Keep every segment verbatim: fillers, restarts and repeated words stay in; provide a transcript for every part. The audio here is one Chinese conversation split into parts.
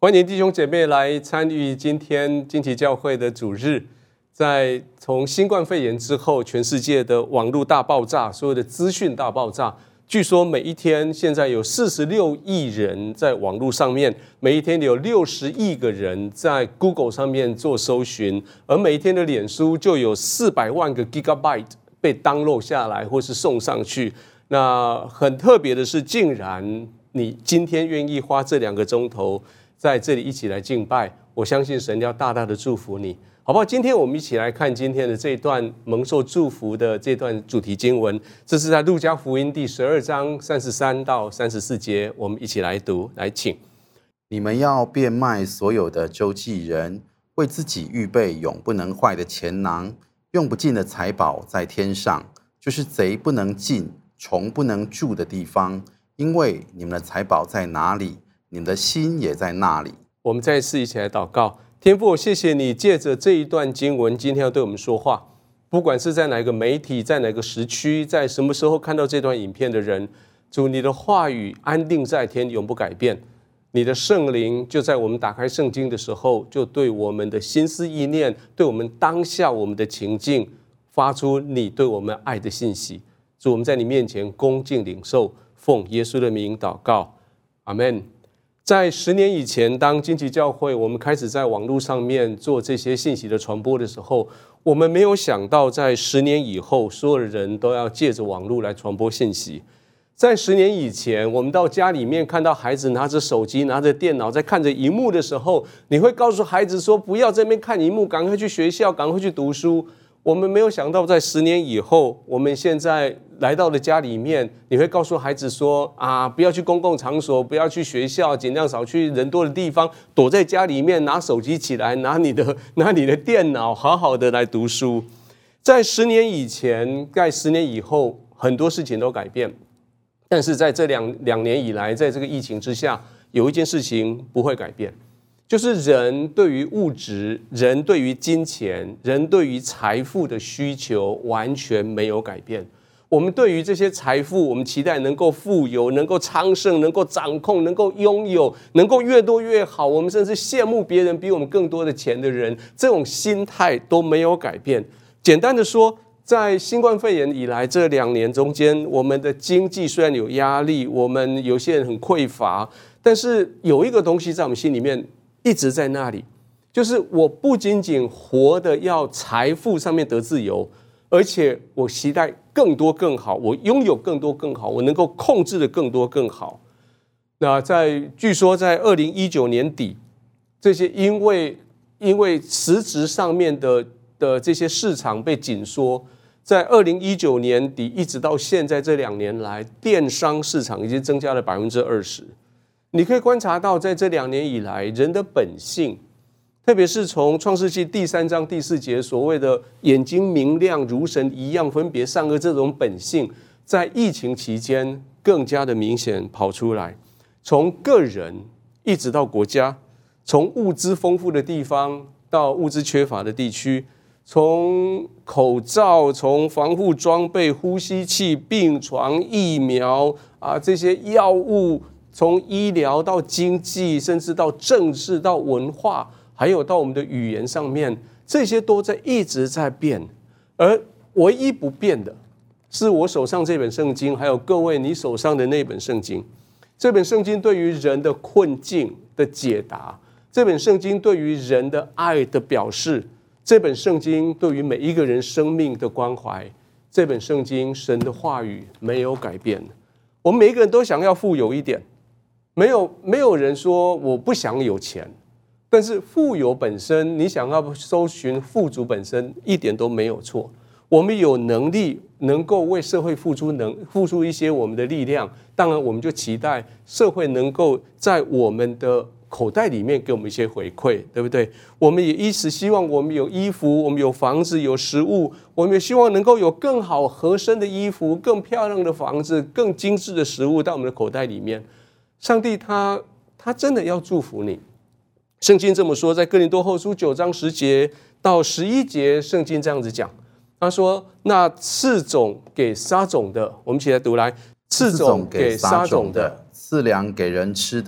欢迎弟兄姐妹来参与今天金旗教会的主日。在从新冠肺炎之后，全世界的网络大爆炸，所有的资讯大爆炸。据说每一天现在有四十六亿人在网络上面，每一天有六十亿个人在 Google 上面做搜寻，而每一天的脸书就有四百万个 gigabyte 被 download 下来或是送上去。那很特别的是，竟然你今天愿意花这两个钟头在这里一起来敬拜，我相信神要大大的祝福你，好不好？今天我们一起来看今天的这一段蒙受祝福的这段主题经文，这是在路加福音第十二章三十三到三十四节，我们一起来读，来请。 你们要变卖所有的周济人，为自己预备永不能坏的钱囊，用不尽的财宝在天上，就是贼不能进，虫不能住的地方，因为你们的财宝在哪里，你们的心也在那里。 我们再一次一起来祷告。天父，我谢谢你借着这一段经文今天要对我们说话，不管是在哪个媒体，在哪个时区，在什么时候看到这段影片的人，主，你的话语安定在天，永不改变。你的圣灵就在我们打开圣经的时候，就对我们的心思意念，对我们当下我们的情境发出你对我们爱的信息。主，我们在你面前恭敬领受，奉耶稣的名祷告，阿们。在十年以前，当金旗教会我们开始在网络上面做这些信息的传播的时候，我们没有想到在十年以后，所有的人都要借着网络来传播信息。在十年以前，我们到家里面看到孩子拿着手机拿着电脑在看着荧幕的时候，你会告诉孩子说，不要在那边看荧幕，赶快去学校，赶快去读书。我们没有想到在十年以后，我们现在来到了家里面，你会告诉孩子说，啊，不要去公共场所，不要去学校，尽量少去人多的地方，躲在家里面，拿手机起来，拿你的拿你的电脑，好好的来读书。在十年以前，在十年以后，很多事情都改变，但是在这两两年以来，在这个疫情之下，有一件事情不会改变，就是人对于物质、人对于金钱、人对于财富的需求完全没有改变。我们对于这些财富，我们期待能够富有、能够昌盛、能够掌控、能够拥有、能够越多越好。我们甚至羡慕别人比我们更多的钱的人，这种心态都没有改变。简单的说，在新冠肺炎以来这两年中间，我们的经济虽然有压力，我们有些人很匮乏，但是有一个东西在我们心里面一直在那里，就是我不仅仅活得要财富上面得自由，而且我期待更多更好，我拥有更多更好，我能够控制的更多更好。那在据说在二零一九年底，这些因为因为实质上面的的这些市场被紧缩，在二零一九年底一直到现在这两年来，电商市场已经增加了百分之二十。你可以观察到，在这两年以来，人的本性，特别是从创世纪第三章第四节所谓的眼睛明亮如神一样分别善恶这种本性，在疫情期间更加的明显跑出来。从个人一直到国家，从物资丰富的地方到物资缺乏的地区，从口罩、从防护装备、呼吸器、病床、疫苗啊这些药物。从医疗到经济，甚至到政治，到文化，还有到我们的语言上面，这些都在一直在变。而唯一不变的，是我手上这本圣经，还有各位你手上的那本圣经。这本圣经对于人的困境的解答，这本圣经对于人的爱的表示，这本圣经对于每一个人生命的关怀，这本圣经神的话语没有改变。我们每一个人都想要富有一点。没有没有人说我不想有钱，但是富有本身，你想要搜寻富足本身一点都没有错。我们有能力能够为社会付出能付出一些我们的力量，当然我们就期待社会能够在我们的口袋里面给我们一些回馈，对不对？我们也一直希望我们有衣服，我们有房子，有食物，我们也希望能够有更好合身的衣服，更漂亮的房子，更精致的食物到我们的口袋里面。上帝他他真的要祝福你。圣经这么说，在哥林多后书九章十节到十一节，圣经这样子讲，他说：“那赐种给撒种的，我们一起来读来，赐种给撒种的， 赐粮给人吃的，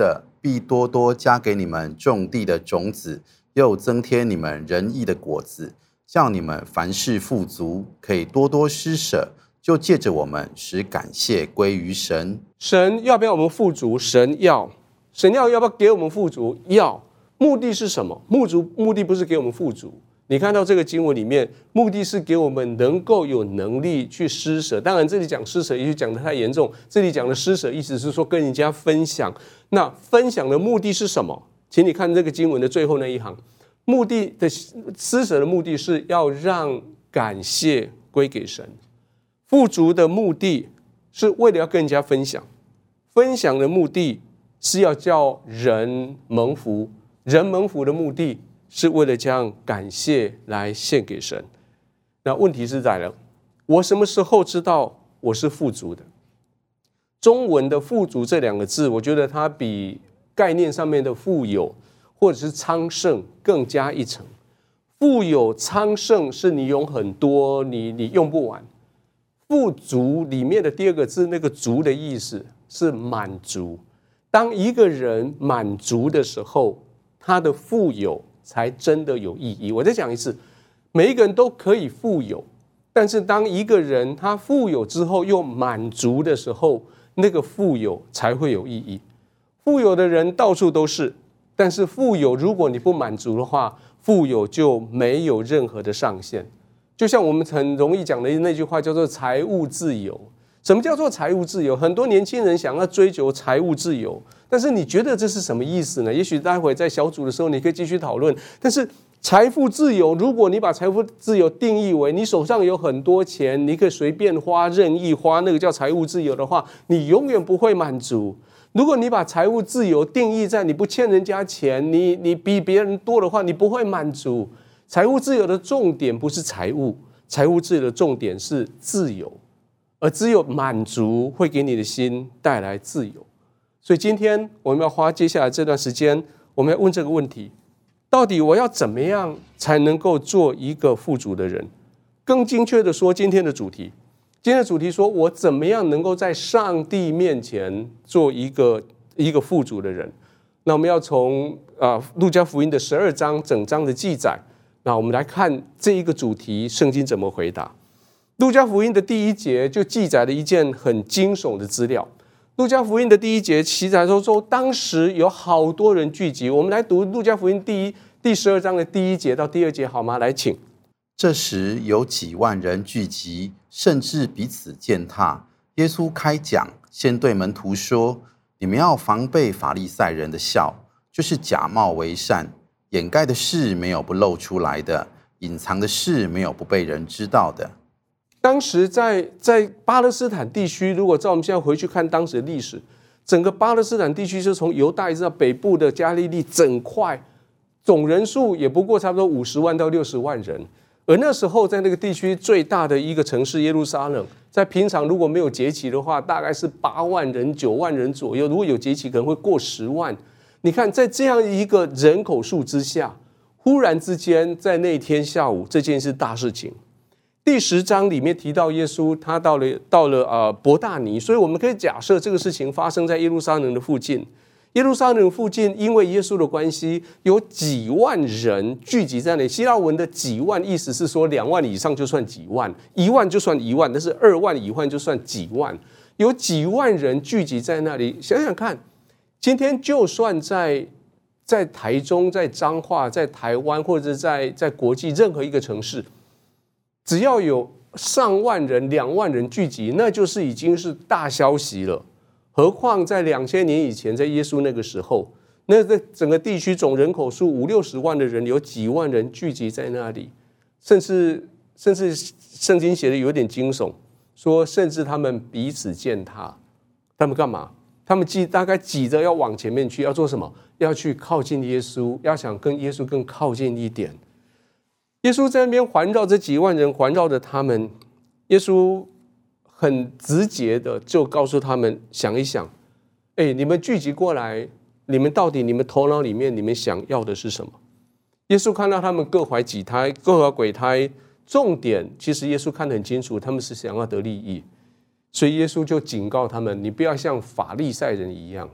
必多多加给你们种地的种子，又增添你们仁义的果子，叫你们凡事富足，可以多多施舍，就借着我们使感谢归于神。 神要不要我们富足？神要。神要要不要给我们富足？要。目的是什么？目足目的不是给我们富足。你看到这个经文里面，目的是给我们能够有能力去施舍。当然，这里讲施舍，也许讲得太严重。这里讲的施舍，意思是说跟人家分享。那分享的目的是什么？请你看这个经文的最后那一行，目的的施舍的目的是要让感谢归给神。富足的目的是为了要跟人家分享，分享的目的是要叫人蒙福，人蒙福的目的是为了将感谢来献给神。那问题是在了，我什么时候知道我是富足的？中文的富足这两个字，我觉得它比概念上面的富有或者是昌盛更加一层。富有昌盛是你有很多，你你用不完。富足里面的第二个字，那个足的意思是满足。当一个人满足的时候，他的富有才真的有意义。我再讲一次，每一个人都可以富有，但是当一个人他富有之后又满足的时候，那个富有才会有意义。富有的人到处都是，但是富有如果你不满足的话，富有就没有任何的上限。就像我们很容易讲的那句话叫做财务自由。什么叫做财务自由？很多年轻人想要追求财务自由，但是你觉得这是什么意思呢？也许待会在小组的时候你可以继续讨论。但是财富自由，如果你把财富自由定义为你手上有很多钱，你可以随便花、任意花，那个叫财务自由的话，你永远不会满足。如果你把财务自由定义在你不欠人家钱，你你比别人多的话，你不会满足。财务自由的重点不是财务，财务自由的重点是自由。而只有满足会给你的心带来自由。所以今天我们要花接下来这段时间，我们要问这个问题：到底我要怎么样才能够做一个富足的人？更精确的说，今天的主题，今天的主题说我怎么样能够在上帝面前做一个一个富足的人。那我们要从啊路加福音的十二章整章的记载，那我们来看这一个主题，圣经怎么回答。路加福音的第一节就记载了一件很惊悚的资料。路加福音的第一节记载说，当时有好多人聚集。我们来读路加福音第一第十二章的第一节到第二节，好吗？来，请。 这时有几万人聚集，甚至彼此践踏。耶稣开讲，先对门徒说：“你们要防备法利赛人的笑，就是假冒为善，掩盖的事没有不露出来的，隐藏的事没有不被人知道的。” 当时在在巴勒斯坦地区，如果照我们现在回去看当时的历史，整个巴勒斯坦地区是从犹大一直到北部的加利利整块，总人数也不过差不多五十万到六十万人。而那时候在那个地区最大的一个城市耶路撒冷，在平常如果没有节期的话，大概是八万人、九万人左右；如果有节期，可能会过十万。你看，在这样一个人口数之下，忽然之间在那天下午，这件事大事情。第十章里面提到耶稣他到了到了呃伯大尼，所以我们可以假设这个事情发生在耶路撒冷的附近。耶路撒冷附近因为耶稣的关系，有几万人聚集在那里。希腊文的几万意思是说两万以上就算几万，一万就算一万，但是二万以外就算几万。有几万人聚集在那里，想想看，今天就算在在台中、在彰化、在台湾，或者在在国际任何一个城市，只要有上万人、两万人聚集，那就是已经是大消息了。何况在两千年以前，在耶稣那个时候，那在整个地区总人口数五六十万的人，有几万人聚集在那里，甚至甚至圣经写的有点惊悚，说甚至他们彼此践踏。他们干嘛？他们挤大概挤着要往前面去，要做什么？要去靠近耶稣，要想跟耶稣更靠近一点。耶稣在那边环绕这几万人，环绕着他们。耶稣很直接的就告诉他们，想一想，哎，你们聚集过来，你们到底你们头脑里面你们想要的是什么？耶稣看到他们各怀己胎，各怀鬼胎，重点其实耶稣看得很清楚，他们是想要得利益，所以耶稣就警告他们，你不要像法利赛人一样，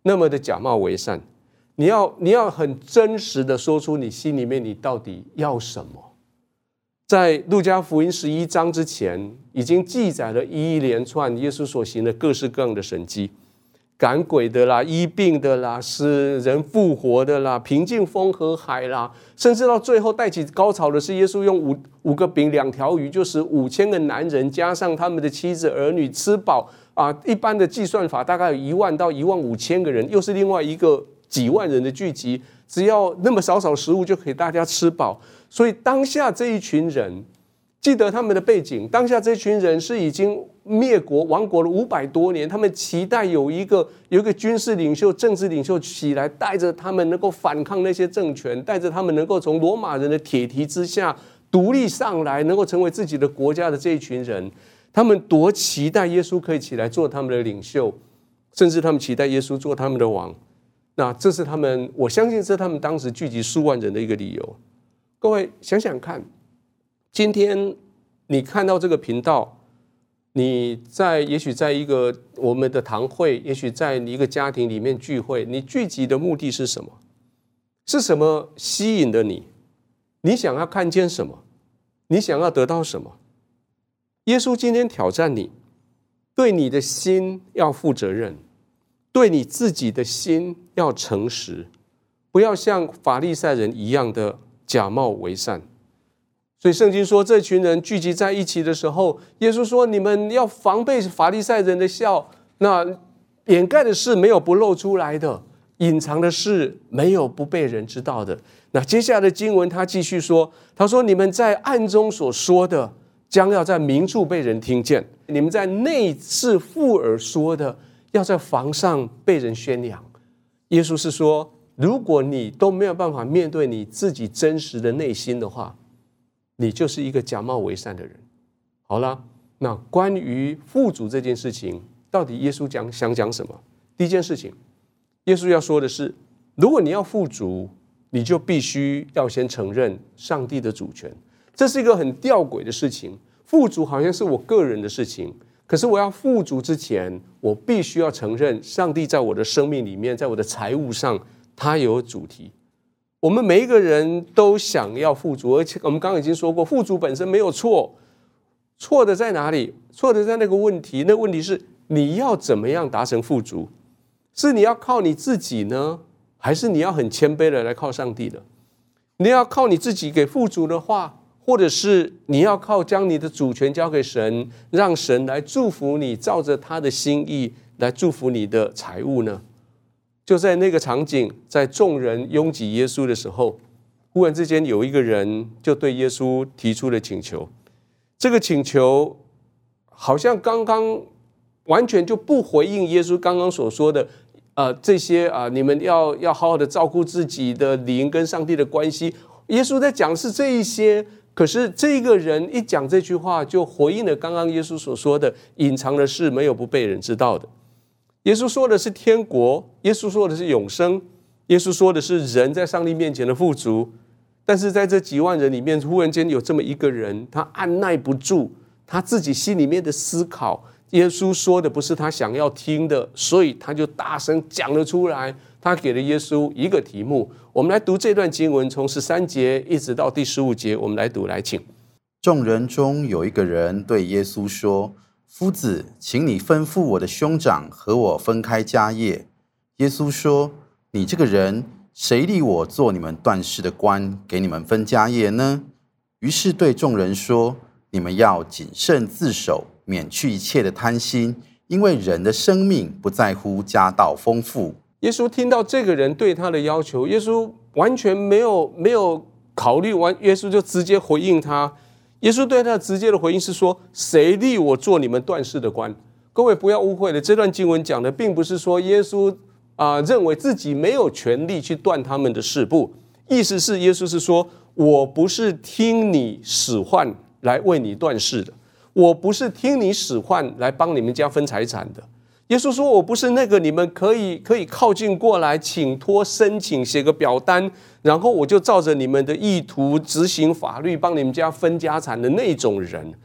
那么的假冒为善。你要你要很真实的说出你心里面你到底要什么。在路加福音十一章之前，已经记载了一连串耶稣所行的各式各样的神迹，赶鬼的啦，医病的啦，使人复活的啦，平静风和海啦，甚至到最后带起高潮的是耶稣用五五个饼两条鱼，就使五千个男人加上他们的妻子儿女吃饱啊。一般的计算法大概有一万到一万五千个人，又是另外一个几万人的聚集，只要那么少少食物就可以大家吃饱。所以当下这一群人，记得他们的背景，当下这群人是已经灭国亡国了五百多年，他们期待有一个有一个军事领袖、政治领袖起来，带着他们能够反抗那些政权，带着他们能够从罗马人的铁蹄之下独立上来，能够成为自己的国家的这一群人，他们多期待耶稣可以起来做他们的领袖，甚至他们期待耶稣做他们的王。那这是他们，我相信这是他们当时聚集数万人的一个理由。各位想想看，今天你看到这个频道，你在也许在一个我们的堂会，也许在一个家庭里面聚会，你聚集的目的是什么？是什么吸引了你？你想要看见什么？你想要得到什么？耶稣今天挑战你，对你的心要负责任，对你自己的心要诚实，不要像法利赛人一样的假冒为善。所以圣经说，这群人聚集在一起的时候，耶稣说，你们要防备法利赛人的笑，那掩盖的事没有不露出来的，隐藏的事没有不被人知道的。那接下来的经文他继续说，他说，你们在暗中所说的将要在明处被人听见，你们在内室附耳说的要在房上被人宣扬。耶稣是说，如果你都没有办法面对你自己真实的内心的话，你就是一个假冒为善的人。好了，那关于富足这件事情，到底耶稣讲想讲什么？第一件事情，耶稣要说的是，如果你要富足，你就必须要先承认上帝的主权。这是一个很吊诡的事情，富足好像是我个人的事情，可是我要富足之前，我必须要承认上帝在我的生命里面，在我的财务上，他有主题。我们每一个人都想要富足，而且我们刚刚已经说过，富足本身没有错，错的在哪里？错的在那个问题，那问题是你要怎么样达成富足？是你要靠你自己呢，还是你要很谦卑的来靠上帝呢？你要靠你自己给富足的话，或者是你要靠将你的主权交给神，让神来祝福你，照着他的心意来祝福你的财物呢？就在那个场景，在众人拥挤耶稣的时候，忽然之间有一个人就对耶稣提出了请求。这个请求好像刚刚完全就不回应耶稣刚刚所说的呃，这些啊、呃，你们要要好好的照顾自己的灵跟上帝的关系。耶稣在讲是这一些，可是这个人一讲这句话，就回应了刚刚耶稣所说的隐藏的事没有不被人知道的。耶稣说的是天国，耶稣说的是永生，耶稣说的是人在上帝面前的富足。但是在这几万人里面，忽然间有这么一个人，他按耐不住他自己心里面的思考，耶稣说的不是他想要听的，所以他就大声讲了出来。他给了耶稣一个题目，我们来读这段经文，从十三节一直到第十五节，我们来读，来请。 众人中有一个人对耶稣说，夫子，请你吩咐我的兄长和我分开家业。耶稣说，你这个人，谁立我做你们断事的官，给你们分家业呢？于是对众人说，你们要谨慎自守，免去一切的贪心，因为人的生命不在乎家道丰富。 耶稣听到这个人对他的要求，耶稣完全没有没有考虑完，耶稣就直接回应他。耶稣对他直接的回应是说，谁立我做你们断事的官？各位不要误会了，这段经文讲的并不是说耶稣啊、呃、认为自己没有权利去断他们的事，不，意思是耶稣是说，我不是听你使唤来为你断事的，我不是听你使唤来帮你们家分财产的。耶稣说，我不是那个你们可以可以靠近过来请托申请写个表单，然后我就照着你们的意图执行法律帮你们家分家产的那种人。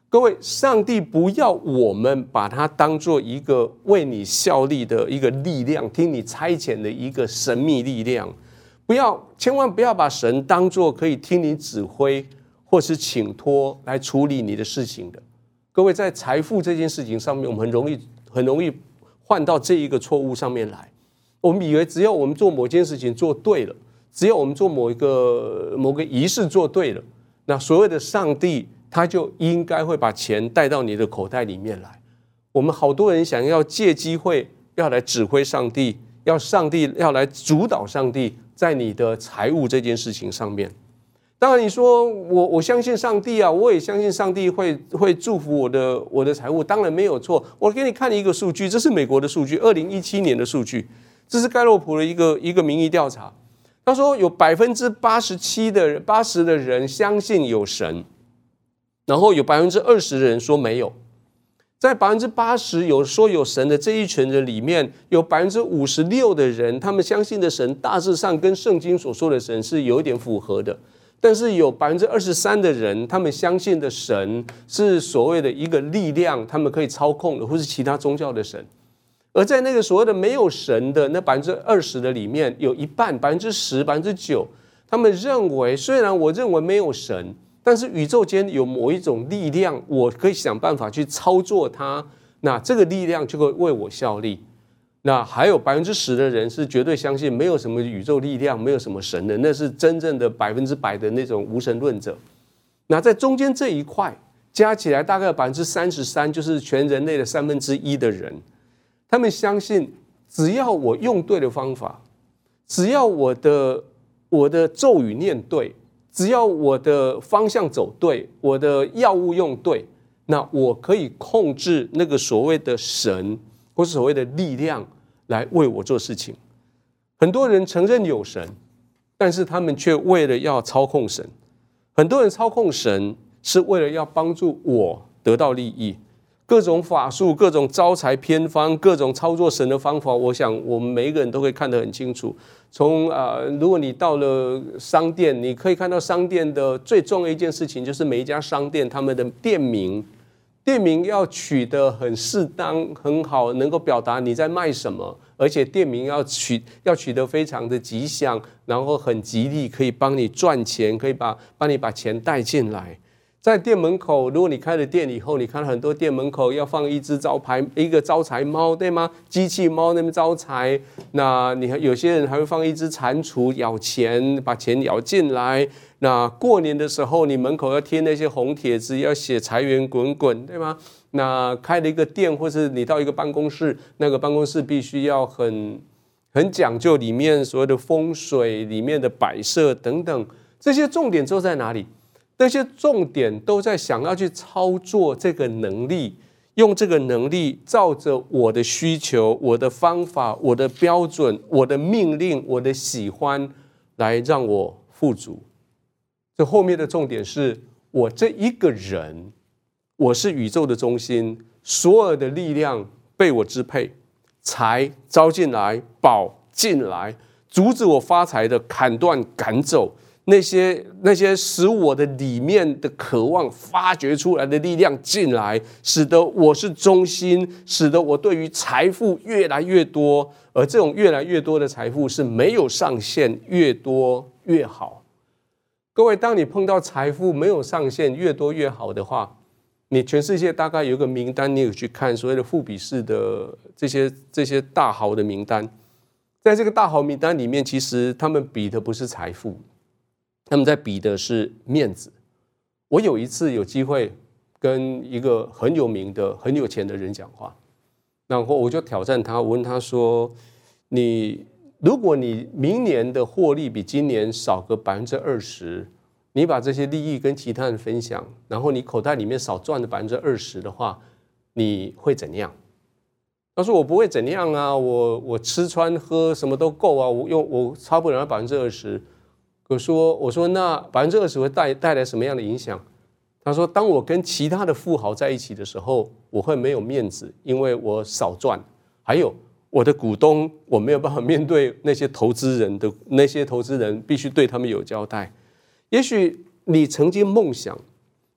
各位，上帝不要我们把它当作一个为你效力的一个力量，听你差遣的一个神秘力量。不要，千万不要把神当作可以听你指挥或是请托来处理你的事情的。各位，在财富这件事情上面，我们很容易很容易换到这一个错误上面来。我们以为只要我们做某件事情做对了，只要我们做某一个某个仪式做对了，那所谓的上帝他就应该会把钱带到你的口袋里面来。我们好多人想要借机会要来指挥上帝，要上帝要来主导上帝在你的财务这件事情上面。当然你说我我相信上帝啊，我也相信上帝会会祝福我的我的财务，当然没有错。我给你看一个数据，这是美国的数据，二零一七年的数据，这是盖洛普的一个一个民意调查。他说有百分之八十七的八十的人相信有神，然后有百分之二十的人说没有。在百分之八十有说有神的这一群人里面，有百分之五十六的人，他们相信的神大致上跟圣经所说的神是有一点符合的。但是有百分之二十三的人，他们相信的神是所谓的一个力量，他们可以操控的，或是其他宗教的神。而在那个所谓的没有神的那百分之二十的里面，有一半百分之十、百分之九，他们认为，虽然我认为没有神，但是宇宙间有某一种力量，我可以想办法去操作它，那这个力量就会为我效力。那还有百分之十的人是绝对相信没有什么宇宙力量，没有什么神的，那是真正的百分之百的那种无神论者。那在中间这一块加起来大概有百分之三十三，就是全人类的三分之一的人，他们相信只要我用对的方法，只要我的我的咒语念对，只要我的方向走对，我的药物用对，那我可以控制那个所谓的神或是所谓的力量来为我做事情。很多人承认有神，但是他们却为了要操控神。很多人操控神是为了要帮助我得到利益，各种法术，各种招财偏方，各种操作神的方法，我想我们每一个人都会看得很清楚。从呃，如果你到了商店，你可以看到商店的最重要一件事情，就是每一家商店他们的店名，店名要取得很适当、很好，能够表达你在卖什么，而且店名要取要取得非常的吉祥，然后很吉利，可以帮你赚钱，可以把帮你把钱带进来。在店门口，如果你开了店以后，你看很多店门口要放一只招牌，一个招财猫，对吗？机器猫那边招财。那你有些人还会放一只蟾蜍咬钱，把钱咬进来。那过年的时候，你门口要贴那些红帖子，要写财源滚滚，对吗？那开了一个店，或是你到一个办公室，那个办公室必须要很很讲究，里面所谓的风水、里面的摆设等等，这些重点都在哪里？那些重点都在想要去操作这个能力，用这个能力照着我的需求、我的方法、我的标准、我的命令、我的喜欢来让我富足。这后面的重点是我这一个人，我是宇宙的中心，所有的力量被我支配，财招进来，宝进来，阻止我发财的砍断赶走。那些那些使我的里面的渴望发掘出来的力量进来，使得我是中心，使得我对于财富越来越多，而这种越来越多的财富是没有上限，越多越好。各位，当你碰到财富没有上限，越多越好的话，你全世界大概有一个名单，你有去看所谓的富比士的这些这些大豪的名单，在这个大豪名单里面，其实他们比的不是财富。他们在比的是面子。我有一次有机会跟一个很有名的、很有钱的人讲话，然后我就挑战他，我问他说：“你如果你明年的获利比今年少个百分之二十，你把这些利益跟其他人分享，然后你口袋里面少赚了百分之二十的话，你会怎样？”他说：“我不会怎样啊，我我吃穿喝什么都够啊，我用我差不多百分之二十。”我说：“我说那百分之二十会带带来什么样的影响？”他说：“当我跟其他的富豪在一起的时候，我会没有面子，因为我少赚。还有我的股东，我没有办法面对那些投资人的那些投资人，必须对他们有交代。也许你曾经梦想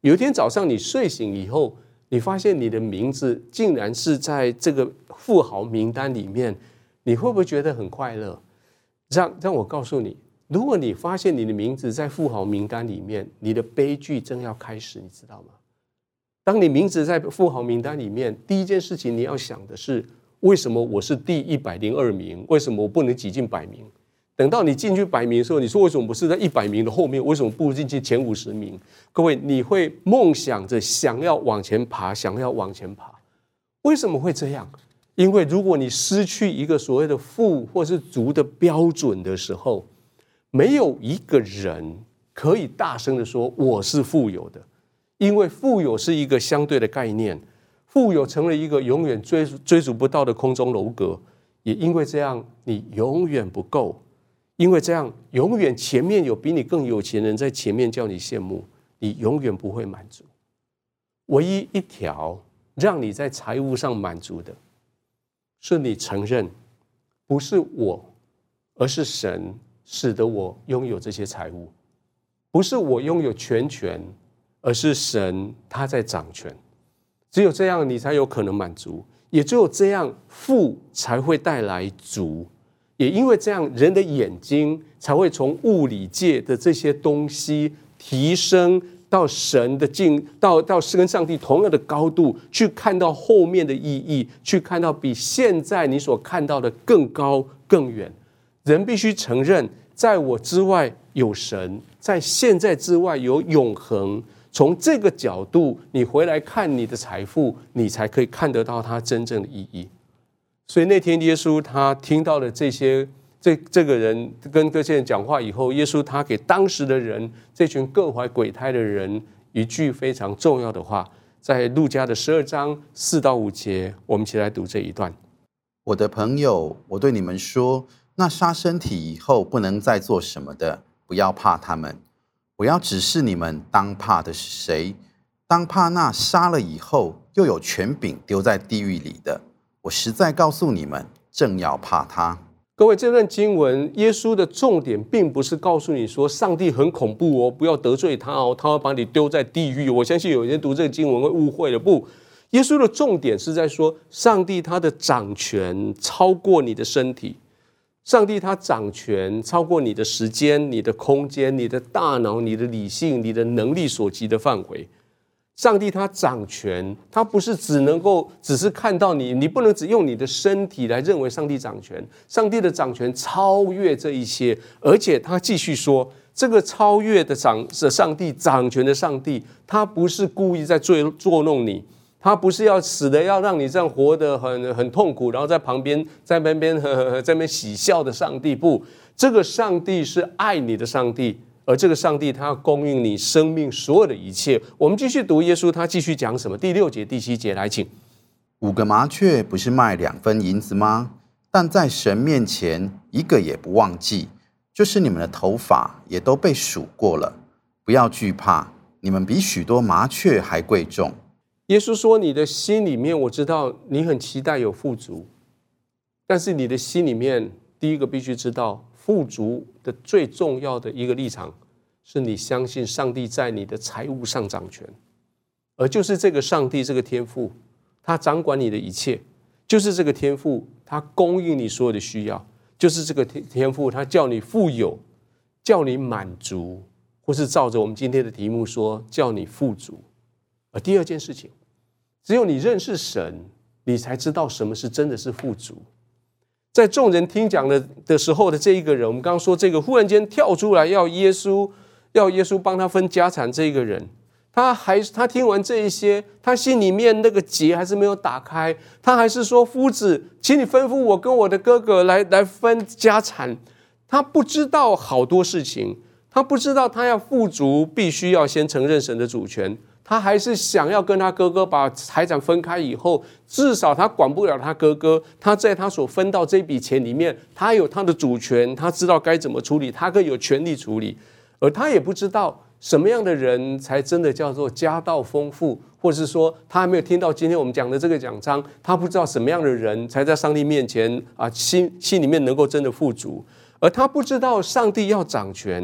有一天早上你睡醒以后，你发现你的名字竟然是在这个富豪名单里面，你会不会觉得很快乐？让让我告诉你，如果你发现你的名字在富豪名单里面，你的悲剧正要开始，你知道吗？当你名字在富豪名单里面，第一件事情你要想的是，为什么我是第一百零二名？为什么我不能挤进百名？等到你进去百名的时候，你说为什么不是在一百名的后面？为什么不进去前五十名？各位，你会梦想着想要往前爬，想要往前爬。为什么会这样？因为如果你失去一个所谓的富或是足的标准的时候，没有一个人可以大声的说我是富有的，因为富有是一个相对的概念，富有成了一个永远追追逐不到的空中楼阁，也因为这样你永远不够，因为这样永远前面有比你更有钱人在前面叫你羡慕，你永远不会满足。唯一一条让你在财务上满足的，是你承认不是我，而是神使得我拥有这些财物，不是我拥有全权，而是神他在掌权。只有这样你才有可能满足，也只有这样富才会带来足，也因为这样人的眼睛才会从物理界的这些东西提升到神的境，到到跟上帝同样的高度，去看到后面的意义，去看到比现在你所看到的更高更远。人必须承认，在我之外有神，在现在之外有永恒。从这个角度，你回来看你的财富，你才可以看得到它真正的意义。所以那天耶稣他听到了这些。这, 这个人跟这些人讲话以后，耶稣他给当时的人，这群各怀鬼胎的人一句非常重要的话，在路加的十二章四到五节，我们一起来读这一段。 我的朋友，我对你们说，那杀身体以后不能再做什么的，不要怕他们。我要指示你们，当怕的是谁？当怕那杀了以后又有权柄丢在地狱里的。我实在告诉你们，正要怕他。 各位，这段经文，耶稣的重点并不是告诉你说上帝很恐怖哦，不要得罪他哦，他会把你丢在地狱。我相信有人读这个经文会误会了。不，耶稣的重点是在说，上帝他的掌权超过你的身体，上帝他掌权超过你的时间、你的空间、你的大脑、你的理性、你的能力所及的范围。上帝他掌权，他不是只能够只是看到你，你不能只用你的身体来认为上帝掌权。上帝的掌权超越这一些，而且他继续说，这个超越的掌的上帝，掌权的上帝，他不是故意在捉捉弄你，他不是要死的要让你这样活得很很痛苦，然后在旁边在那边呵呵在那边喜笑的上帝。不，这个上帝是爱你的上帝。而这个上帝他要供应你生命所有的一切。我们继续读耶稣他继续讲什么？第六节第七节来，请。 五个麻雀不是卖两分银子吗？但在神面前一个也不忘记，就是你们的头发也都被数过了。不要惧怕，你们比许多麻雀还贵重。 耶稣说，你的心里面，我知道你很期待有富足，但是你的心里面第一个必须知道，富足的最重要的一个立场是你相信上帝在你的财务上掌权，而就是这个上帝这个天父，他掌管你的一切，就是这个天父他供应你所有的需要，就是这个天父他叫你富有，叫你满足，或是照着我们今天的题目说叫你富足。而第二件事情，只有你认识神，你才知道什么是真的是富足。在众人听讲 的, 的时候的这一个人，我们刚刚说这个忽然间跳出来要耶稣要耶稣帮他分家产，这个人他还他听完这一些，他心里面那个结还是没有打开，他还是说，夫子，请你吩咐我跟我的哥哥来来分家产。他不知道好多事情，他不知道他要富足必须要先承认神的主权，他还是想要跟他哥哥把财产分开以后，至少他管不了他哥哥，他在他所分到这笔钱里面，他有他的主权，他知道该怎么处理，他可以有权利处理。而他也不知道什么样的人才真的叫做家道丰富，或是说他还没有听到今天我们讲的这个讲章，他不知道什么样的人才在上帝面前啊，心心里面能够真的富足。而他不知道上帝要掌权，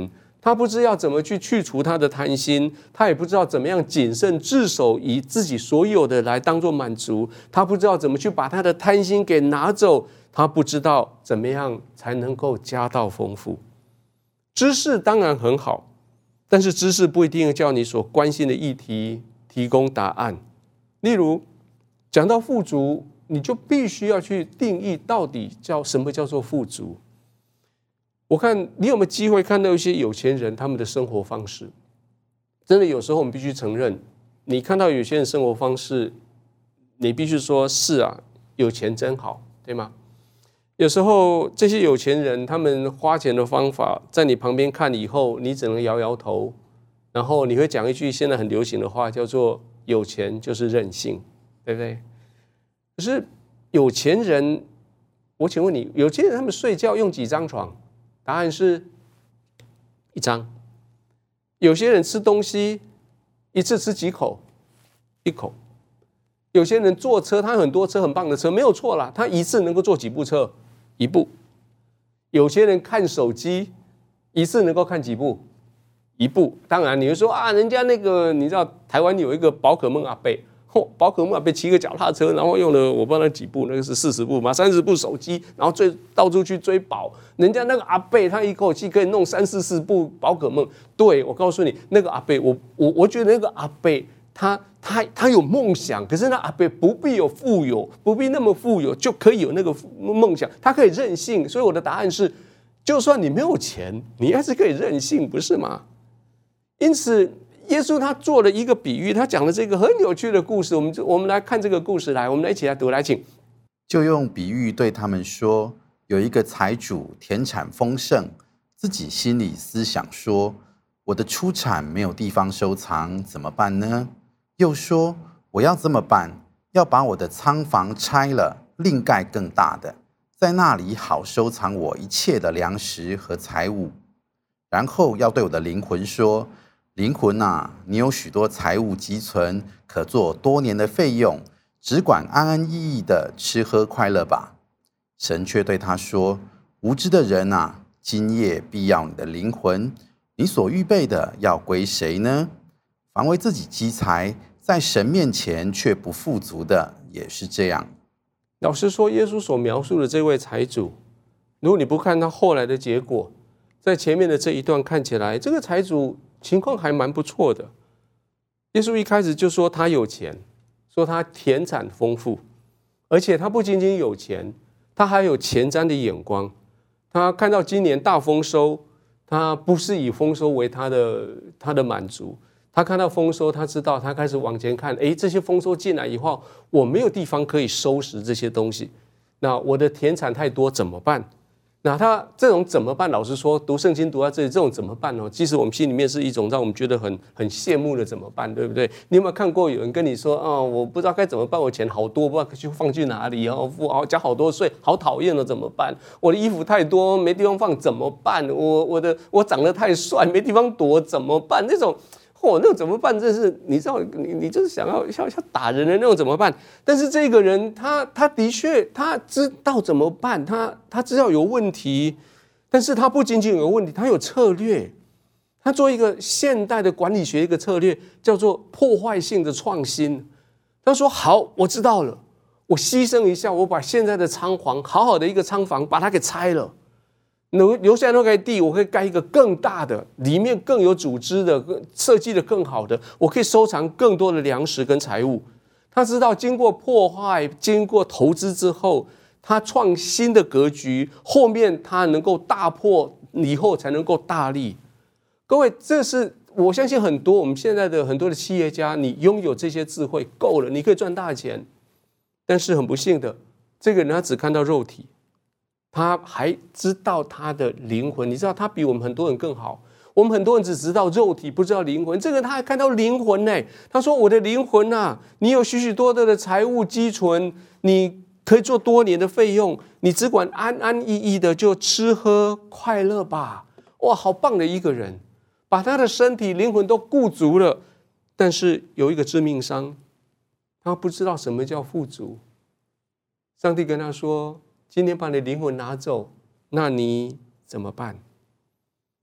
他不知道怎么去去除他的贪心，他也不知道怎么样谨慎自守，以自己所有的来当作满足，他不知道怎么去把他的贪心给拿走，他不知道怎么样才能够家道丰富。知识当然很好，但是知识不一定叫你所关心的议题提供答案。例如讲到富足，你就必须要去定义到底叫什么叫做富足。我看你有没有机会看到一些有钱人他们的生活方式，真的有时候我们必须承认，你看到有些人生活方式，你必须说是啊，有钱真好，对吗？有时候这些有钱人他们花钱的方法，在你旁边看以后，你只能摇摇头，然后你会讲一句现在很流行的话，叫做有钱就是任性，对不对？可是有钱人，我请问你，有钱人他们睡觉用几张床？答案是一张。有些人吃东西一次吃几口？一口。有些人坐车，他很多车很棒的车，没有错啦，他一次能够坐几部车？一部。有些人看手机一次能够看几部？一部。当然你会说啊，人家那个你知道台湾有一个宝可梦阿伯，宝可梦阿伯骑个脚踏车，然后用了我不知道那几部，那个是四十部嘛，三十部手机，然后追到处去追宝。人家那个阿伯他一口气可以弄三四十部宝可梦。对，我告诉你，那个阿伯，我我我觉得那个阿伯他他他有梦想，可是那阿伯不必有富有，不必那么富有就可以有那个梦想，他可以任性。所以我的答案是，就算你没有钱，你还是可以任性，不是吗？因此耶稣他做了一个比喻，他讲了这个很有趣的故事，我们我们来看这个故事，来，我们来一起来读，来请。 就用比喻对他们说，有一个财主田产丰盛，自己心里思想说，我的出产没有地方收藏，怎么办呢？又说，我要这么办，要把我的仓房拆了，另盖更大的，在那里好收藏我一切的粮食和财物。然后要对我的灵魂说，灵魂啊，你有许多财物积存，可做多年的费用，只管安安逸逸的吃喝快乐吧。神却对他说，无知的人啊，今夜必要你的灵魂，你所预备的要归谁呢？凡为自己积财，在神面前却不富足的，也是这样。 老实说，耶稣所描述的这位财主，如果你不看他后来的结果，在前面的这一段看起来，这个财主情况还蛮不错的。耶稣一开始就说他有钱，说他田产丰富，而且他不仅仅有钱，他还有前瞻的眼光。他看到今年大丰收，他不是以丰收为他的他的满足，他看到丰收，他知道他开始往前看，诶，这些丰收进来以后，我没有地方可以收拾这些东西，那我的田产太多怎么办？那他这种怎么办？老实说，读圣经读到这里，这种怎么办呢？其实我们心里面是一种让我们觉得很很羡慕的怎么办，对不对？你有没有看过有人跟你说，哦，我不知道该怎么办，我钱好多，不知道去放去哪里，然后付好交好多税，好讨厌了，怎么办？我的衣服太多，没地方放，怎么办？我我的我长得太帅，没地方躲，怎么办？那种。嚯，那种怎么办？这是你知道，你你就是想要要要打人的那种怎么办？但是这个人他他的确他知道怎么办，他他知道有问题，但是他不仅仅有问题，他有策略。他做一个现代的管理学一个策略，叫做破坏性的创新。他说：“好，我知道了，我牺牲一下，我把现在的仓房好好的一个仓房把它给拆了。”留留下那块地，我可以盖一个更大的，里面更有组织的，设计的更好的，我可以收藏更多的粮食跟财物。他知道经过破坏、经过投资之后，他创新的格局，后面他能够大破以后才能够大利。各位，这是我相信很多我们现在的很多的企业家，你拥有这些智慧够了，你可以赚大钱。但是很不幸的，这个人他只看到肉体。他还知道他的灵魂，你知道他比我们很多人更好。我们很多人只知道肉体，不知道灵魂。这个他还看到灵魂呢。他说：“我的灵魂啊，你有许许多多的财物积存，你可以做多年的费用，你只管安安逸逸的就吃喝快乐吧。”哇，好棒的一个人，把他的身体、灵魂都顾足了。但是有一个致命伤，他不知道什么叫富足。上帝跟他说，今天把你的灵魂拿走，那你怎么办？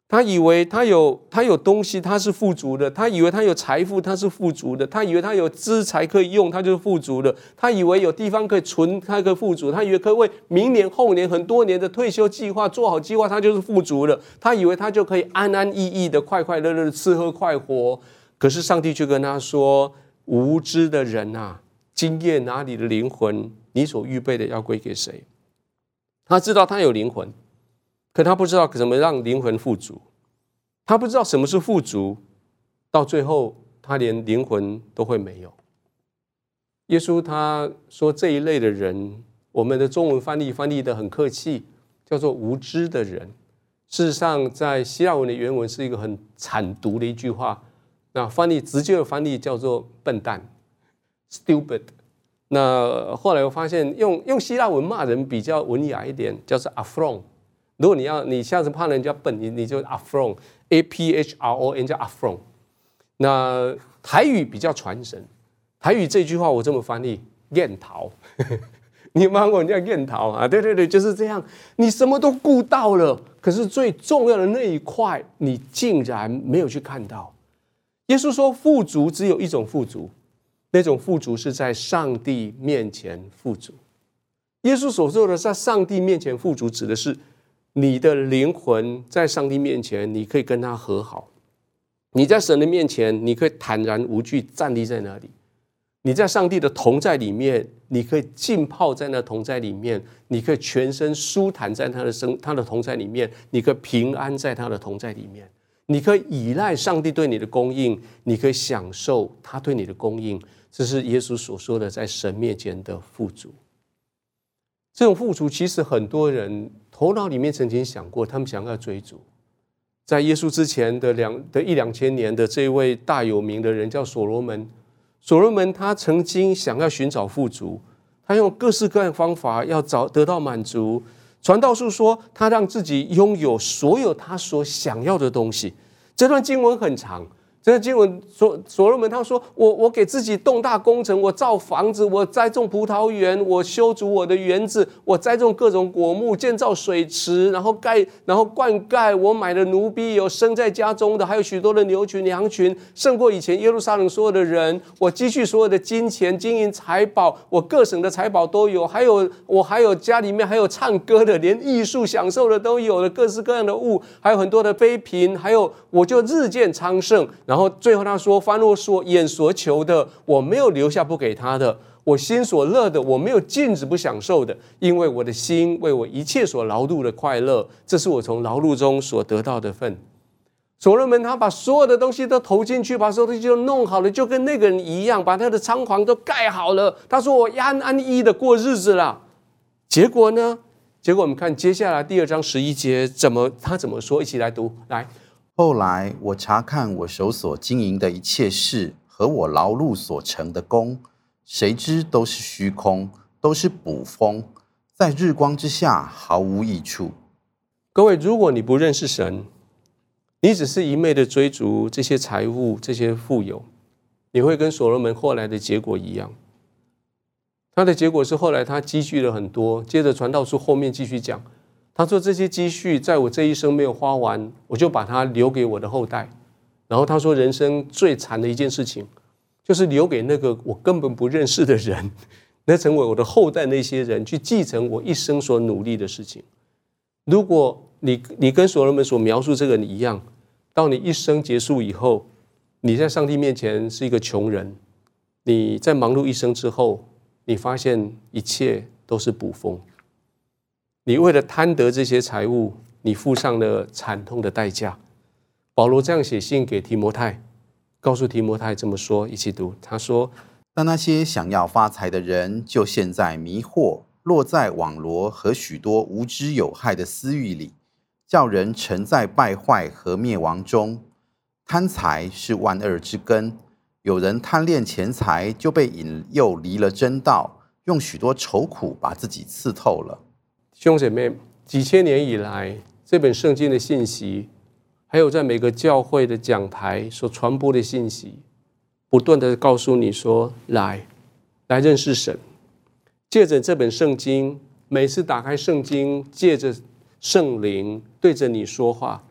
他以为他有他有东西，他是富足的；他以为他有财富，他是富足的；他以为他有资财可以用，他就是富足的；他以为有地方可以存，他可以富足；他以为可以为明年、后年很多年的退休计划做好计划，他就是富足的；他以为他就可以安安逸逸的、快快乐乐的吃喝快活。可是上帝却跟他说：“无知的人啊，今夜拿你的灵魂，你所预备的要归给谁？”他知道他有灵魂。可他不知道怎么让灵魂富足，他不知道什么是富足，到最后他连灵魂都会没有。耶稣他说这一类的人，我们的中文翻译翻译得很客气，叫做无知的人。事实上，在希腊文的原文是一个很惨毒的一句话，那翻译直接的翻译叫做笨蛋 ，stupid。那后来我发现用用希腊文骂人比较文雅一点，叫做 affront。如果你要你下次怕人家笨，你你就 affront A P H R O N 叫 affront。那台语比较传神，台语这句话我这么翻译：厌逃。你有没有看过人家厌逃啊？对对对，就是这样。你什么都顾到了，可是最重要的那一块，你竟然没有去看到。耶稣说，富足只有一种富足，那种富足是在上帝面前富足。耶稣所说的在上帝面前富足，指的是你的灵魂在上帝面前，你可以跟他和好；你在神的面前，你可以坦然无惧站立在那里；你在上帝的同在里面，你可以浸泡在那同在里面；你可以全身舒坦在他的生他的同在里面；你可以平安在他的同在里面；你可以依赖上帝对你的供应；你可以享受他对你的供应。这是耶稣所说的在神面前的富足。这种富足，其实很多人头脑里面曾经想过，他们想要追逐。在耶稣之前的两的一两千年的这位大有名的人叫所罗门，所罗门他曾经想要寻找富足，他用各式各样的方法要找得到满足。传道书说，他让自己拥有所有他所想要的东西。这段经文很长。这个经文所所罗门他说，我我给自己动大工程，我造房子，我栽种葡萄园，我修筑我的园子，我栽种各种果木，建造水池，然后盖然后灌溉，我买的奴婢有生在家中的，还有许多的牛群羊群，胜过以前耶路撒冷所有的人。我积蓄所有的金钱金银财宝，我各省的财宝都有，还有我还有家里面还有唱歌的，连艺术享受的都有了，各式各样的物，还有很多的妃嫔，还有我就日渐昌盛。然后最后他说，凡我所眼所求的，我没有留下不给他的；我心所乐的，我没有禁止不享受的。因为我的心为我一切所劳碌的快乐，这是我从劳碌中所得到的份。所罗门他把所有的东西都投进去，把所有东西都弄好了，就跟那个人一样，把他的仓皇都盖好了。他说，我安安逸逸的过日子了。结果呢？结果我们看接下来第二章十一节怎么他怎么说，一起来读来。 后来我查看我手所经营的一切事和我劳碌所成的功，谁知都是虚空，都是捕风，在日光之下毫无益处。 各位，如果你不认识神，你只是一昧的追逐这些财物这些富有，你会跟所罗门后来的结果一样。他的结果是后来他积蓄了很多，接着传道书后面继续讲，他说这些积蓄在我这一生没有花完，我就把它留给我的后代。然后他说人生最惨的一件事情，就是留给那个我根本不认识的人，那成为我的后代那些人去继承我一生所努力的事情。如果你你跟所罗门所描述这个人一样，到你一生结束以后，你在上帝面前是一个穷人，你在忙碌一生之后，你发现一切都是捕风。你为了贪得这些财物，你付上了惨痛的代价。保罗这样写信给提摩太，告诉提摩太这么说，一起读。他说， 但那些想要发财的人，就陷在迷惑，落在网罗和许多无知有害的私欲里，叫人沉在败坏和灭亡中。贪财是万恶之根，有人贪恋钱财，就被引诱离了真道，用许多愁苦把自己刺透了。 弟兄姐妹，几千年以来，这本圣经的信息，还有在每个教会的讲台所传播的信息，不断的告诉你说，来，来认识神。借着这本圣经，每次打开圣经，借着圣灵对着你说话，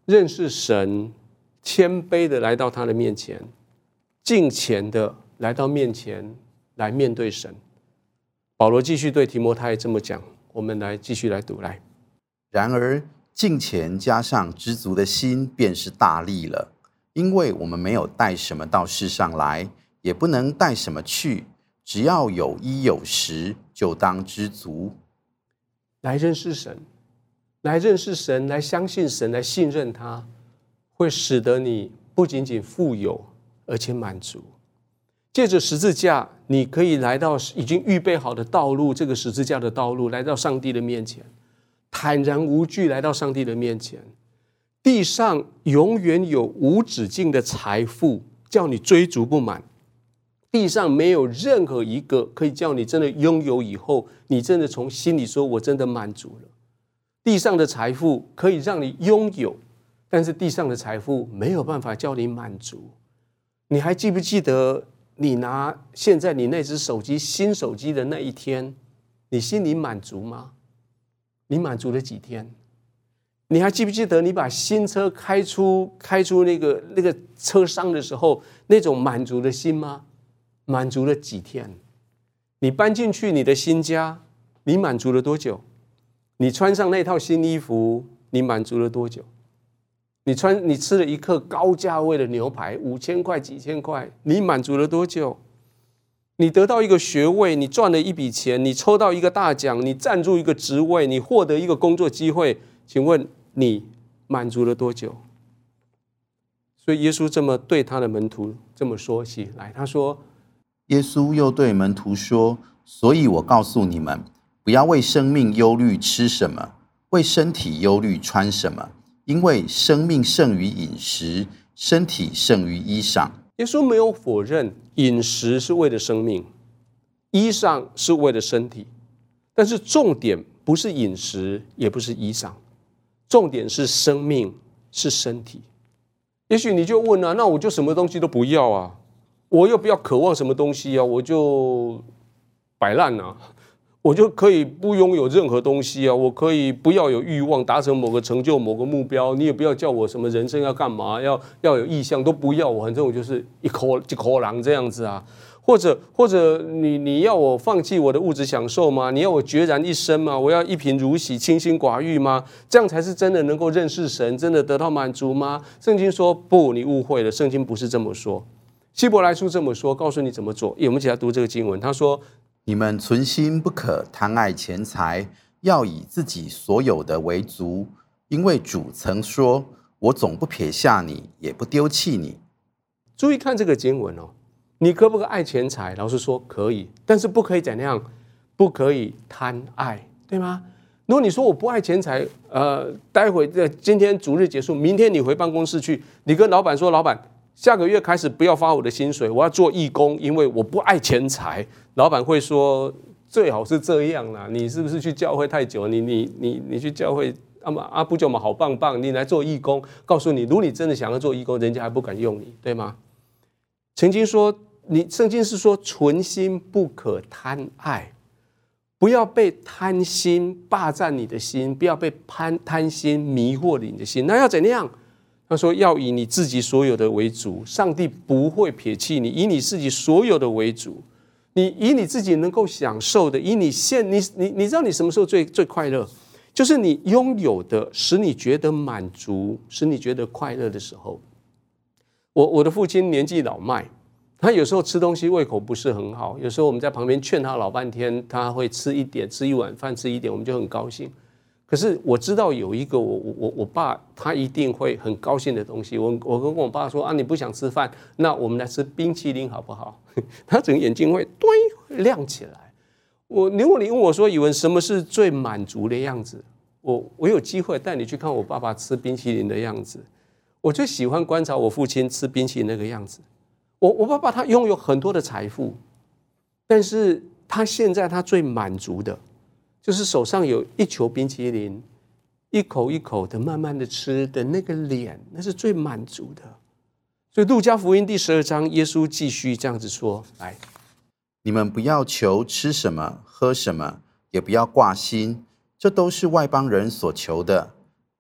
认识神，谦卑的来到他的面前，敬虔的来到面前来面对神。保罗继续对提摩太这么讲，我们来继续来读来。 然而敬虔加上知足的心，便是大利了。因为我们没有带什么到世上来，也不能带什么去，只要有衣有食，就当知足。 来认识神，来认识神，来相信神，来信任他，会使得你不仅仅富有，而且满足。借着十字架，你可以来到已经预备好的道路，这个十字架的道路，来到上帝的面前，坦然无惧来到上帝的面前。地上永远有无止境的财富，叫你追逐不满。地上没有任何一个可以叫你真的拥有以后，你真的从心里说我真的满足了。地上的财富可以让你拥有，但是地上的财富没有办法叫你满足。你还记不记得你拿现在你那只手机新手机的那一天，你心里满足吗？你满足了几天？你还记不记得你把新车开出开出那个那个车商的时候，那种满足的心吗？满足了几天？你搬进去你的新家，你满足了多久？你穿上那套新衣服，你满足了多久？你穿你吃了一克高价位的牛排，五千块几千块，你满足了多久？你得到一个学位，你赚了一笔钱，你抽到一个大奖，你站住一个职位，你获得一个工作机会，请问你满足了多久？所以耶稣这么对他的门徒这么说起来，他说， 耶稣又对门徒说，所以我告诉你们，不要为生命忧虑吃什么，为身体忧虑穿什么，因为生命胜于饮食，身体胜于衣裳。 耶稣没有否认饮食是为了生命，衣裳是为了身体，但是重点不是饮食，也不是衣裳，重点是生命，是身体。也许你就问啊，那我就什么东西都不要啊，我又不要渴望什么东西啊，我就摆烂啊，我就可以不拥有任何东西啊，我可以不要有欲望，达成某个成就、某个目标，你也不要叫我什么人生要干嘛，要要有意向都不要，我反正我就是一口一口狼这样子啊。或者或者你你要我放弃我的物质享受吗？你要我决然一生吗？我要一贫如洗，清心寡欲吗？这样才是真的能够认识神，真的得到满足吗？圣经说不，你误会了，圣经不是这么说。希伯来书这么说，告诉你怎么做。我们一起来读这个经文，他说， 你们存心不可贪爱钱财，要以自己所有的为足，因为主曾说，我总不撇下你，也不丢弃你。 注意看这个经文哦，你可不可以爱钱财？老实说可以，但是不可以怎样？不可以贪爱，对吗？如果你说我不爱钱财，呃，待会的今天主日结束，明天你回办公室去，你跟老板说，老板，下个月开始不要发我的薪水，我要做义工，因为我不爱钱财。老板会说，最好是这样啦，你是不是去教会太久？你你你你去教会，阿嘛阿不就嘛好棒棒，你来做义工。告诉你，如果你真的想要做义工，人家还不敢用你，对吗？曾经说，你圣经是说，存心不可贪爱，不要被贪心霸占你的心，不要被贪贪心迷惑你的心。那要怎样？他说，要以你自己所有的为主，上帝不会撇弃你，以你自己所有的为主。你以你自己能够享受的，以你现你你你知道你什么时候最最快乐？就是你拥有的，使你觉得满足，使你觉得快乐的时候。我我的父亲年纪老迈，他有时候吃东西胃口不是很好，有时候我们在旁边劝他老半天，他会吃一点，吃一碗饭，吃一点，我们就很高兴。可是我知道有一个我我我爸他一定会很高兴的东西，我我跟我爸说啊，你不想吃饭，那我们来吃冰淇淋好不好？他整个眼睛会对亮起来。我如果你问我说，宇文什么是最满足的样子？我我有机会带你去看我爸爸吃冰淇淋的样子。我最喜欢观察我父亲吃冰淇淋那个样子。我我爸爸他拥有很多的财富，但是他现在他最满足的，就是手上有一球冰淇淋，一口一口的慢慢的吃的那个脸，那是最满足的。所以路加福音第十二章，耶稣继续这样子说：来， 你们不要求吃什么喝什么，也不要挂心，这都是外邦人所求的。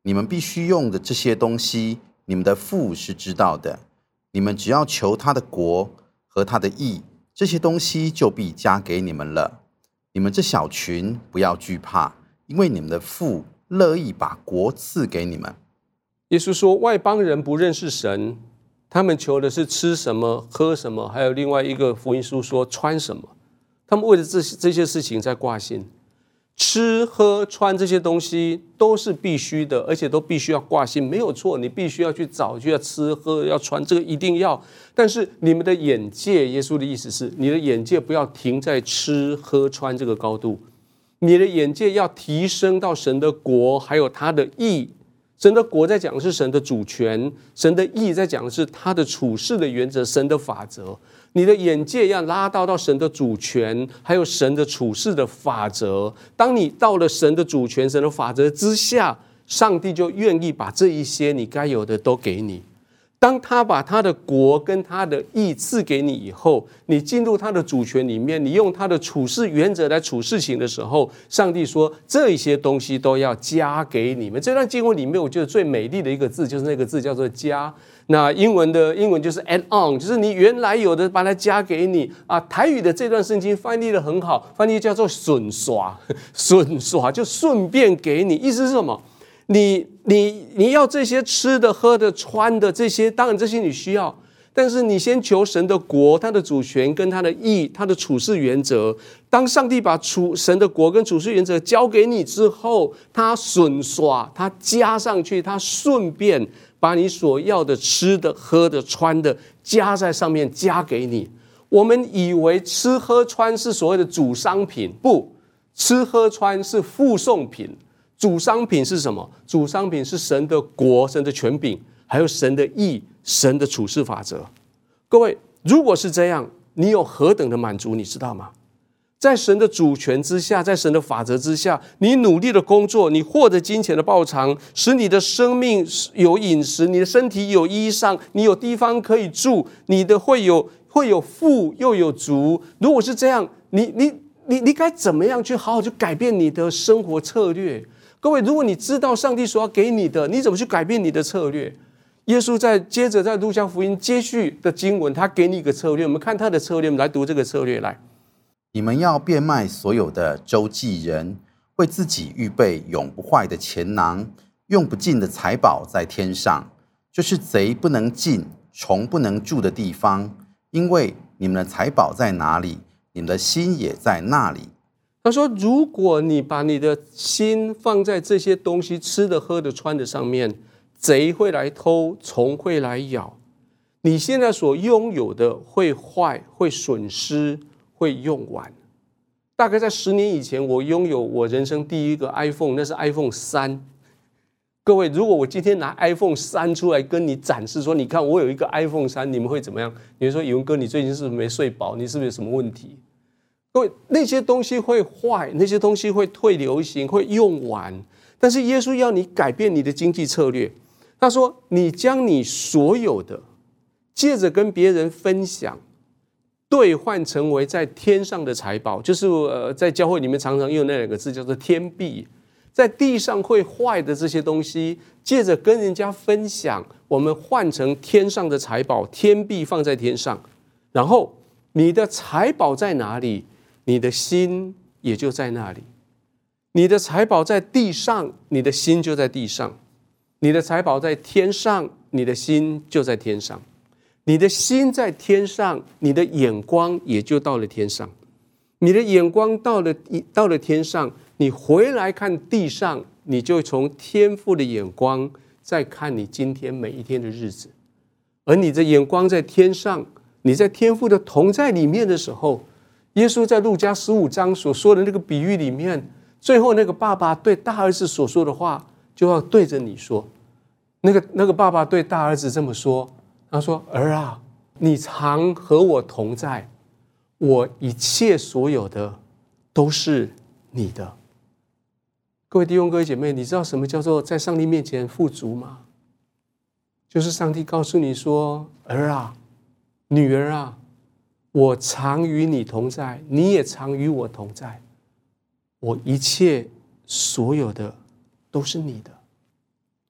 你们必须用的这些东西，你们的父是知道的。你们只要求他的国和他的义，这些东西就必加给你们了。你们这小群不要惧怕，因为你们的父乐意把国赐给你们。 耶稣说，外邦人不认识神，他们求的是吃什么喝什么，还有另外一个福音书说穿什么，他们为了这这些事情在挂心。吃喝穿这些东西都是必须的，而且都必须要挂心，没有错，你必须要去找，就要吃喝要穿，这个一定要。但是你们的眼界，耶稣的意思是，你的眼界不要停在吃喝穿这个高度，你的眼界要提升到神的国，还有他的义。神的国在讲的是神的主权，神的义在讲的是他的处事的原则，神的法则。你的眼界要拉到到神的主权，还有神的处事的法则。当你到了神的主权、神的法则之下，上帝就愿意把这一些你该有的都给你。当他把他的国跟他的义赐给你以后，你进入他的主权里面，你用他的处事原则来处事情的时候，上帝说这些东西都要加给你们。这段经文里面，我觉得最美丽的一个字就是那个字叫做加。那英文的英文就是 add on， 就是你原来有的把它加给你啊。台语的这段圣经翻译的很好，翻译叫做顺刷，顺刷就顺便给你，意思是什么？你你你要这些吃的、喝的、穿的这些，当然这些你需要，但是你先求神的国、他的主权跟他的义、他的处事原则。当上帝把处神的国跟处事原则交给你之后，他顺刷，他加上去，他顺便把你所要的吃的、喝的、穿的加在上面，加给你。我们以为吃喝穿是所谓的主商品，不，吃喝穿是附送品。主商品是什么？主商品是神的国、神的权柄，还有神的义、神的处事法则。各位，如果是这样，你有何等的满足，你知道吗？在神的主权之下，在神的法则之下，你努力的工作，你获得金钱的报偿，使你的生命有饮食，你的身体有衣裳，你有地方可以住，你的会有会有富又有足。如果是这样，你你你你该怎么样去好好去改变你的生活策略？各位，如果你知道上帝所要给你的，你怎么去改变你的策略？耶稣在接着在路加福音接续的经文，他给你一个策略，我们看他的策略，我们来读这个策略来。 你们要变卖所有的周济人，为自己预备永不坏的钱囊，用不尽的财宝在天上，就是贼不能进，虫不能住的地方。因为你们的财宝在哪里，你们的心也在那里。 他说，如果你把你的心放在这些东西吃的、喝的、穿的上面，贼会来偷，虫会来咬，你现在所拥有的会坏，会损失，会用完。大概在十年以前，我拥有我人生第一个 iPhone， 那是 iPhone 三。各位，如果我今天拿 iPhone 三出来跟你展示说，你看我有一个 iPhone 三，你们会怎么样？你会说，宇文哥，你最近是不是没睡饱？你是不是有什么问题？各位，那些东西会坏，那些东西会退流行，会用完。但是耶稣要你改变你的经济策略。他说，你将你所有的，借着跟别人分享，兑换成为在天上的财宝，就是呃，在教会里面常常用那两个字叫做天币。在地上会坏的这些东西，借着跟人家分享，我们换成天上的财宝，天币放在天上。然后你的财宝在哪里，你的心也就在那里。你的财宝在地上，你的心就在地上；你的财宝在天上，你的心就在天上。你的心在天上，你的眼光也就到了天上。你的眼光到了到了天上，你回来看地上，你就从天父的眼光再看你今天每一天的日子。而你的眼光在天上，你在天父的同在里面的时候，耶稣在路加十五章所说的那个比喻里面，最后那个爸爸对大儿子所说的话，就要对着你说。那个那个爸爸对大儿子这么说，他说：“儿啊，你常和我同在，我一切所有的都是你的。”各位弟兄各位姐妹，你知道什么叫做在上帝面前富足吗？就是上帝告诉你说：“儿啊，女儿啊，我常与你同在，你也常与我同在，我一切所有的都是你的。”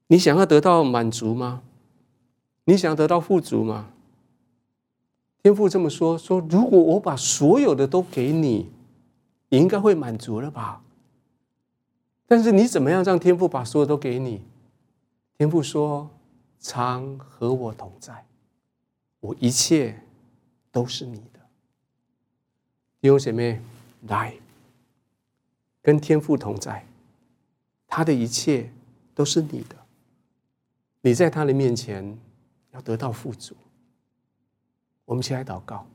你想要得到满足吗？你想得到富足吗？天父这么说，说如果我把所有的都给你，你应该会满足了吧？但是你怎么样让天父把所有都给你？天父说，常和我同在，我一切都是你的。弟兄姐妹，来跟天父同在，他的一切都是你的，你在他的面前要得到富足。我们一起来祷告。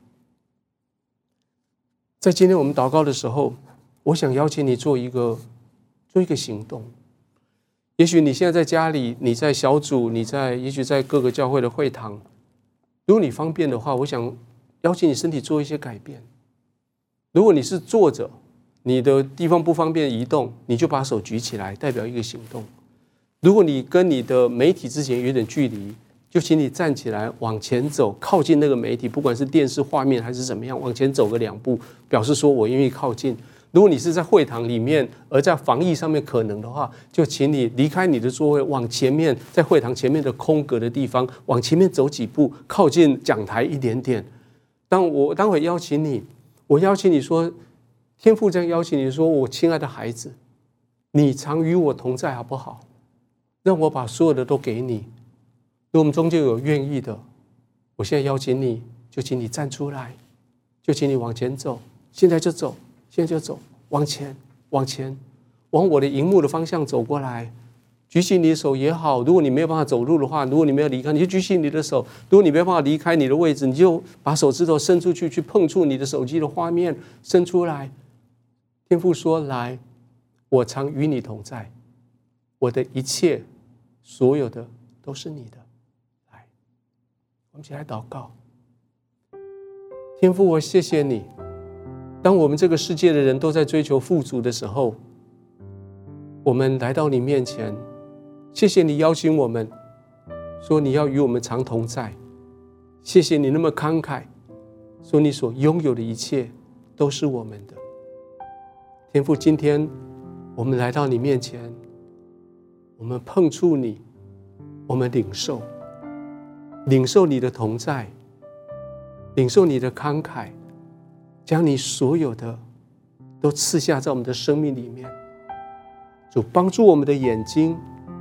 在今天我们祷告的时候，我想邀请你做一个做一个行动。也许你现在在家里，你在小组，你在也许在各个教会的会堂，如果你方便的话，我想邀请你身体做一些改变。如果你是坐着，你的地方不方便移动，你就把手举起来，代表一个行动。如果你跟你的媒体之间有点距离，就请你站起来往前走，靠近那个媒体，不管是电视画面还是怎么样，往前走个两步，表示说我愿意靠近。如果你是在会堂里面，而在防疫上面可能的话，就请你离开你的座位，往前面，在会堂前面的空格的地方，往前面走几步，靠近讲台一点点。当我待会邀请你，我邀请你说，天父这样邀请你说，我亲爱的孩子，你常与我同在，好不好？让我把所有的都给你。如果我们中间有愿意的，我现在邀请你，就请你站出来，就请你往前走，现在就走，现在就走，往前，往前，往我的荧幕的方向走过来，举起你的手也好。如果你没有办法走路的话，如果你没有离开，你就举起你的手；如果你没有办法离开你的位置，你就把手指头伸出去，去碰触你的手机的画面，伸出来。天父说：“来，我常与你同在，我的一切，所有的都是你的。”来，我们一起来祷告。天父，我谢谢你。当我们这个世界的人都在追求富足的时候，我们来到你面前，谢谢你邀请我们，说你要与我们常同在。谢谢你那么慷慨，说你所拥有的一切都是我们的。天父，今天我们来到你面前，我们碰触你，我们领受，领受你的同在，领受你的慷慨，将你所有的都赐下在我们的生命里面。主，帮助我们的眼睛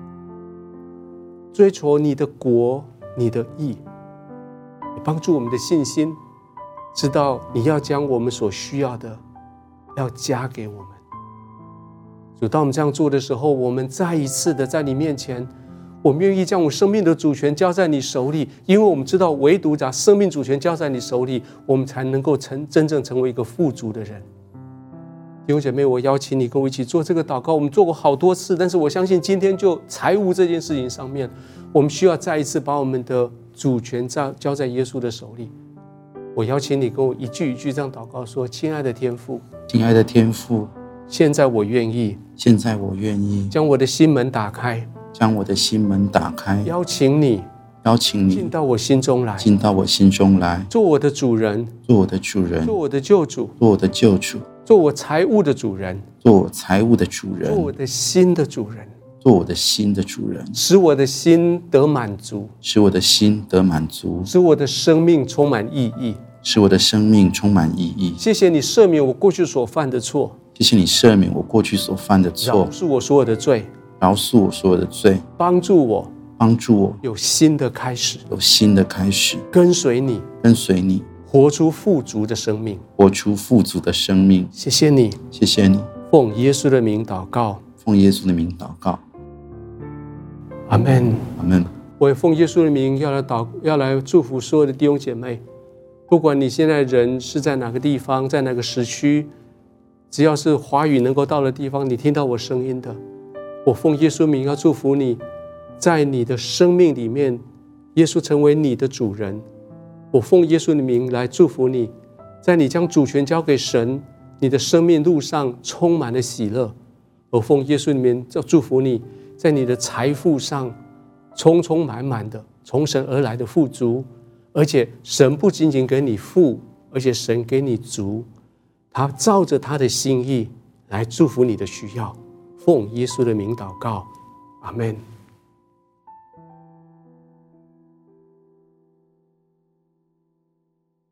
追求你的国，你的义，也帮助我们的信心，知道你要将我们所需要的要加给我们。主，当我们这样做的时候，我们再一次的在你面前，我们愿意将我们生命的主权交在你手里，因为我们知道唯独把生命主权交在你手里，我们才能够成真正成为一个富足的人。弟兄姐妹，我邀请你跟我一起做这个祷告。我们做过好多次，但是我相信今天就财务这件事情上面，我们需要再一次把我们的主权交在耶稣的手里。我邀请你跟我一句一句这样祷告说：亲爱的天父， 亲爱的天父， 现在我愿意， 现在我愿意将我的心门打开， 将我的心门打开， 邀请你邀请你进到我心中来， 进到我心中来， 做我的主人， 做我的主人， 做我的救主， 做我的救主， 做我财务的主人， 做我财务的主人， 做我的心的主人， 做我的心的主人， 使我的心得满足， 使我的心得满足， 使我的生命充满意义， 使我的生命充满意义。 谢谢你赦免我过去所犯的错， 谢谢你赦免我过去所犯的错， 饶恕我所有的罪， 饶恕我所有的罪， 帮助我帮助我有新的开始， 有新的开始， 跟随你， 跟随你， 活出富足的生命， 活出富足的生命。 谢谢你， 谢谢你， 奉耶稣的名祷告， 奉耶稣的名祷告， 阿们， 阿们。 我也奉耶稣的名要来祷，要来祝福所有的弟兄姐妹，不管你现在人是在哪个地方，在哪个时区，只要是华语能够到的地方，你听到我声音的，我奉耶稣名要祝福你，在你的生命里面，耶稣成为你的主人。我奉耶稣的名来祝福你，在你将主权交给神，你的生命路上充满了喜乐。我奉耶稣的名要祝福你，在你的财富上充充满满的从神而来的富足，而且神不仅仅给你富，而且神给你足，他照着他的心意来祝福你的需要。奉耶稣的名祷告，阿们。